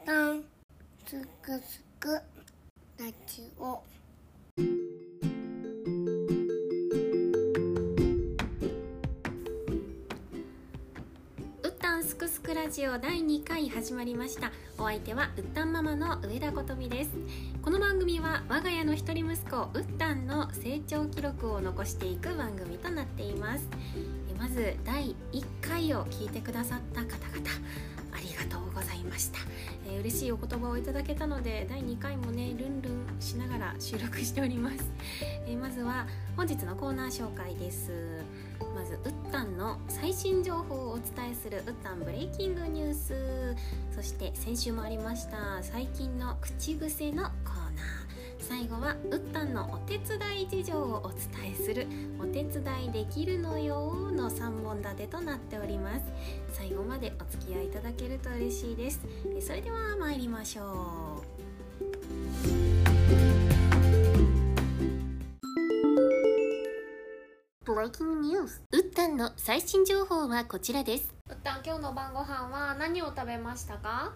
たんすくすくラジオ。 うったんすくすくラジオ第2回始まりました。お相手はうったんママの上田ことみです。この番組は我が家の一人息子うったんの成長記録を残していく番組となっています。まず第1回を聞いてくださった方々ありがとうございました。嬉しいお言葉をいただけたので第2回もねルンルンしながら収録しております。まずは本日のコーナー紹介です。まずうったんの最新情報をお伝えするうったんブレイキングニュース、そして先週もありました最近の口癖のコーナー、最後はうったんのお手伝い事情をお伝えするお手伝いできるのよの3本立てとなっております。最後までお付き合いいただけると嬉しいです。それでは参りましょう。ブレイキングニュース、うったんの最新情報はこちらです。うったん、今日の晩ご飯は何を食べましたか？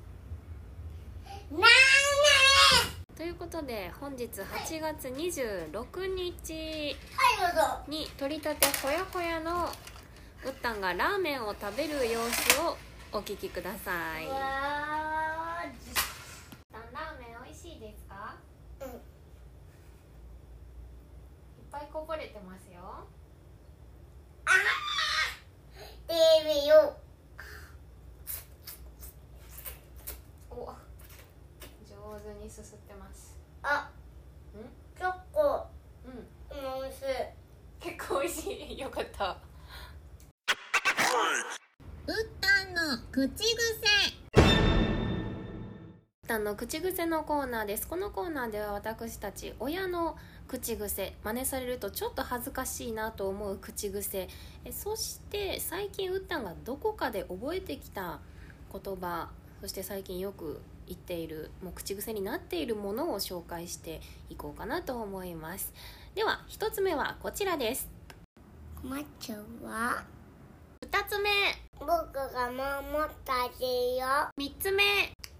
ということで本日8月26日に取り立てほやほやのうったんがラーメンを食べる様子をお聞きください。うったん、ラーメン美味しいですか？ うん。いっぱいこぼれてますよ。 テレビよ。 お、上手にすすってます。 結構うん、 美味しい。 結構美味しい。よかった。 うったんの口癖。 うったんの口癖のコーナーです。このコーナーでは私たち親の口癖、真似されるとちょっと恥ずかしいなと思う口癖、そして最近うったんがどこかで覚えてきた言葉、そして最近よく言っているもう口癖になっているものを紹介していこうかなと思います。では一つ目はこちらです。 困っちゃうわ。 二つ目、 僕が守ってあげるよ。 三つ目、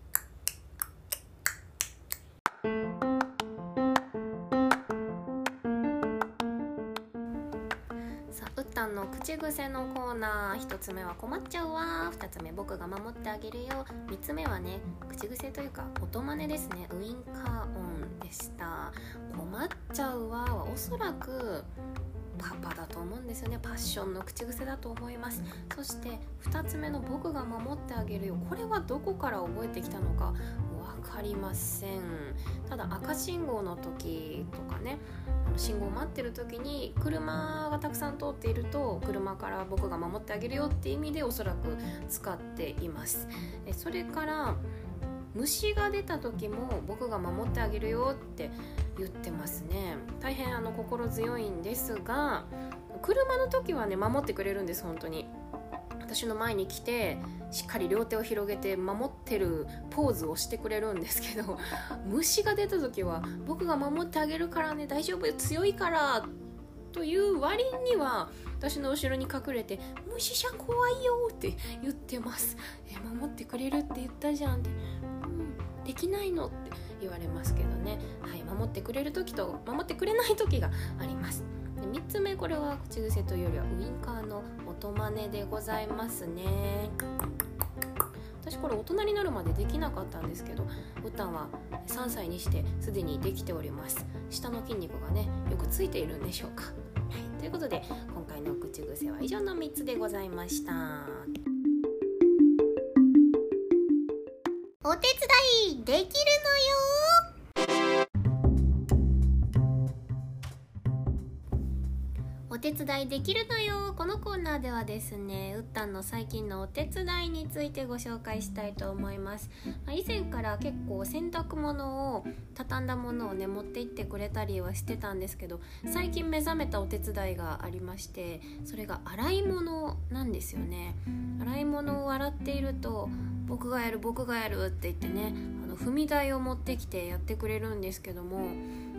さあうったんの口癖のコーナー、一つ目は困っちゃうわ、二つ目僕が守ってあげるよ、三つ目はね口癖というか音真似ですね、ウインカー音でした。困っちゃうわはおそらくパパだと思うんですよね。パッションの口癖だと思います。そして2つ目の僕が守ってあげるよ、これはどこから覚えてきたのか分かりません。ただ赤信号の時とかね、信号を待ってる時に車がたくさん通っていると車から僕が守ってあげるよって意味でおそらく使っています。それから虫が出た時も僕が守ってあげるよって言ってますね。大変心強いんですが、車の時はね守ってくれるんです。本当に私の前に来てしっかり両手を広げて守ってるポーズをしてくれるんですけど、虫が出た時は僕が守ってあげるからね、大丈夫よ、強いからという割には私の後ろに隠れて虫じゃ怖いよって言ってます。守ってくれるって言ったじゃんって、できないのって言われますけどね。はい、守ってくれる時と守ってくれない時があります。で3つ目、これは口癖というよりはウインカーの音真似でございますね。私これ大人になるまでできなかったんですけど、うったんは3歳にしてすでにできております。下の筋肉がねよくついているんでしょうか。はい、ということで今回の口癖は以上の3つでございました。 お手伝いできるのよ。 お手伝いできるのよ。このコーナーではですね、うったんの最近のお手伝いについてご紹介したいと思います。以前から結構洗濯物を畳んだものをね持って行ってくれたりはしてたんですけど、最近目覚めたお手伝いがありまして、それが洗い物なんですよね。洗い物を洗っていると僕がやるって言ってね踏み台を持ってきてやってくれるんですけども、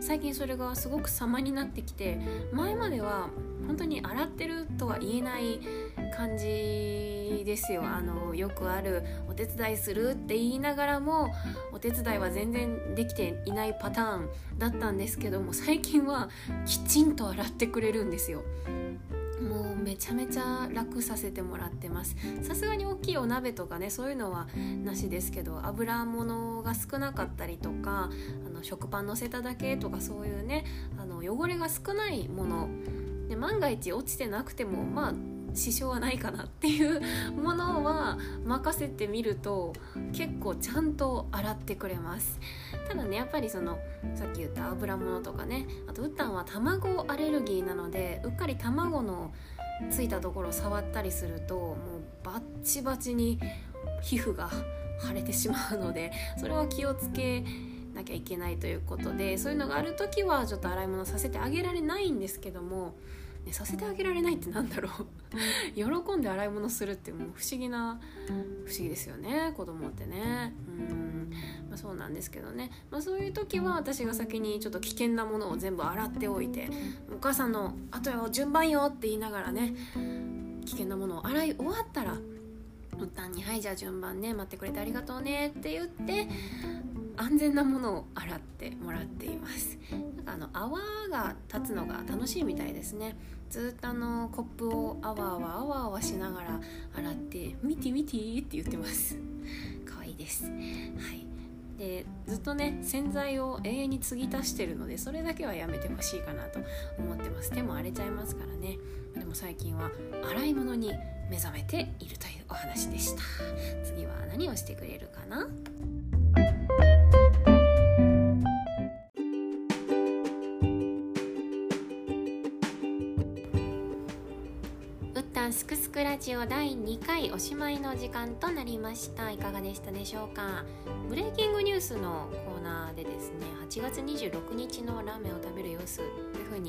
最近それがすごく様になってきて、前までは本当に洗ってるとは言えない感じですよ。よくあるお手伝いするって言いながらもお手伝いは全然できていないパターンだったんですけども、最近はきちんと洗ってくれるんですよ。もうめちゃめちゃ楽させてもらってます。さすがに大きいお鍋とかね、そういうのはなしですけど、油物が少なかったりとか、食パン乗せただけとか、そういうね汚れが少ないもので、万が一落ちてなくてもまあ支障はないかなっていうものは任せてみると結構ちゃんと洗ってくれます。ただね、やっぱりさっき言った油物とかね、あとウッタンは卵アレルギーなので、うっかり卵のついたところを触ったりするともうバッチバチに皮膚が腫れてしまうので、それは気をつけなきゃいけないということで、そういうのがあるときはちょっと洗い物させてあげられないんですけども、させてあげられないってなんだろう喜んで洗い物するってもう不思議ですよね、子供ってね。そうなんですけどね、そういう時は私が先にちょっと危険なものを全部洗っておいて、お母さんの後よ順番よって言いながらね、危険なものを洗い終わったらウッタンにはいじゃあ順番ね、待ってくれてありがとうねって言って安全なものを洗ってもらっています。泡が立つのが楽しいみたいですね。ずっとコップをあわあわしながら洗ってミティって言ってます。可愛いです。はい。でずっとね洗剤を永遠に継ぎ足してるので、それだけはやめてほしいかなと思ってます。手も荒れちゃいますからね。でも最近は洗い物に目覚めているというお話でした。次は何をしてくれるかな。すくすくラジオ第2回おしまいの時間となりました。いかがでしたでしょうか。ブレイキングニュースのコーナーでですね、8月26日のラーメンを食べる様子というふうに、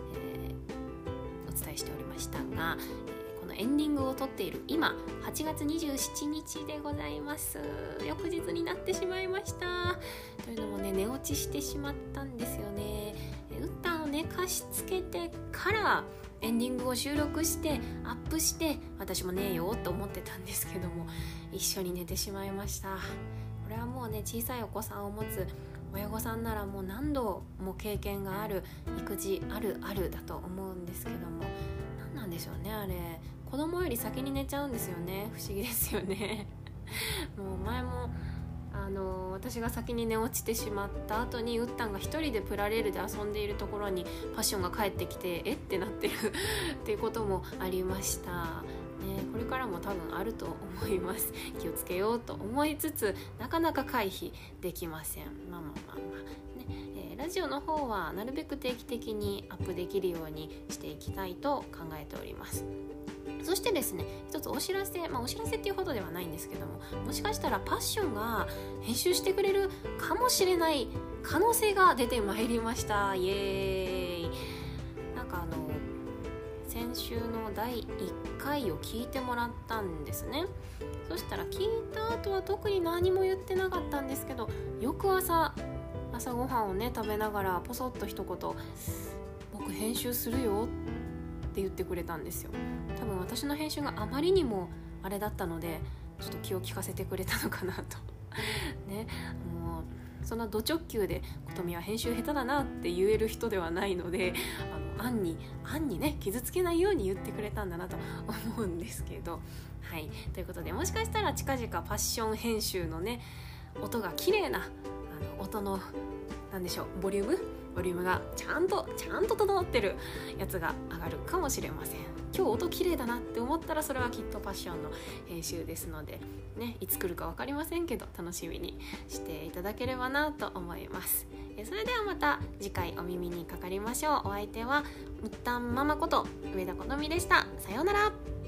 お伝えしておりましたが、このエンディングを撮っている今8月27日でございます。翌日になってしまいました。というのもね、寝落ちしてしまったんですよね。ウッタンを寝かしつけてからエンディングを収録してアップして、私も寝ようと思ってたんですけども、一緒に寝てしまいました。これはもうね、小さいお子さんを持つ親御さんならもう何度も経験がある育児あるあるだと思うんですけども、何なんでしょうね、あれ子供より先に寝ちゃうんですよね。不思議ですよねもう前も私が先に寝落ちてしまった後にウッタンが一人でプラレールで遊んでいるところにパッションが帰ってきてってなってるっていうこともありました、ね、これからも多分あると思います。気をつけようと思いつつなかなか回避できません。まあね、ラジオの方はなるべく定期的にアップできるようにしていきたいと考えております。そしてですね、一つお知らせ、お知らせっていうほどではないんですけども、もしかしたらパッションが編集してくれるかもしれない可能性が出てまいりました。イエーイ。なんか先週の第1回を聞いてもらったんですね。そしたら聞いた後は特に何も言ってなかったんですけど、翌朝ごはんをね食べながらポソッと一言、僕編集するよって言ってくれたんですよ。多分私の編集があまりにもあれだったので、ちょっと気を利かせてくれたのかなとね、もうそんなド直球で琴美は編集下手だなって言える人ではないので、案にね傷つけないように言ってくれたんだなと思うんですけど、はい、ということで、もしかしたら近々パッション編集のね音が綺麗な音のボリュームがちゃんと整ってるやつが上がるかもしれません。今日音綺麗だなって思ったら、それはきっとパッションの編集ですのでね、いつ来るか分かりませんけど楽しみにしていただければなと思います。それではまた次回お耳にかかりましょう。お相手はウッタンママこと上田琴美でした。さようなら。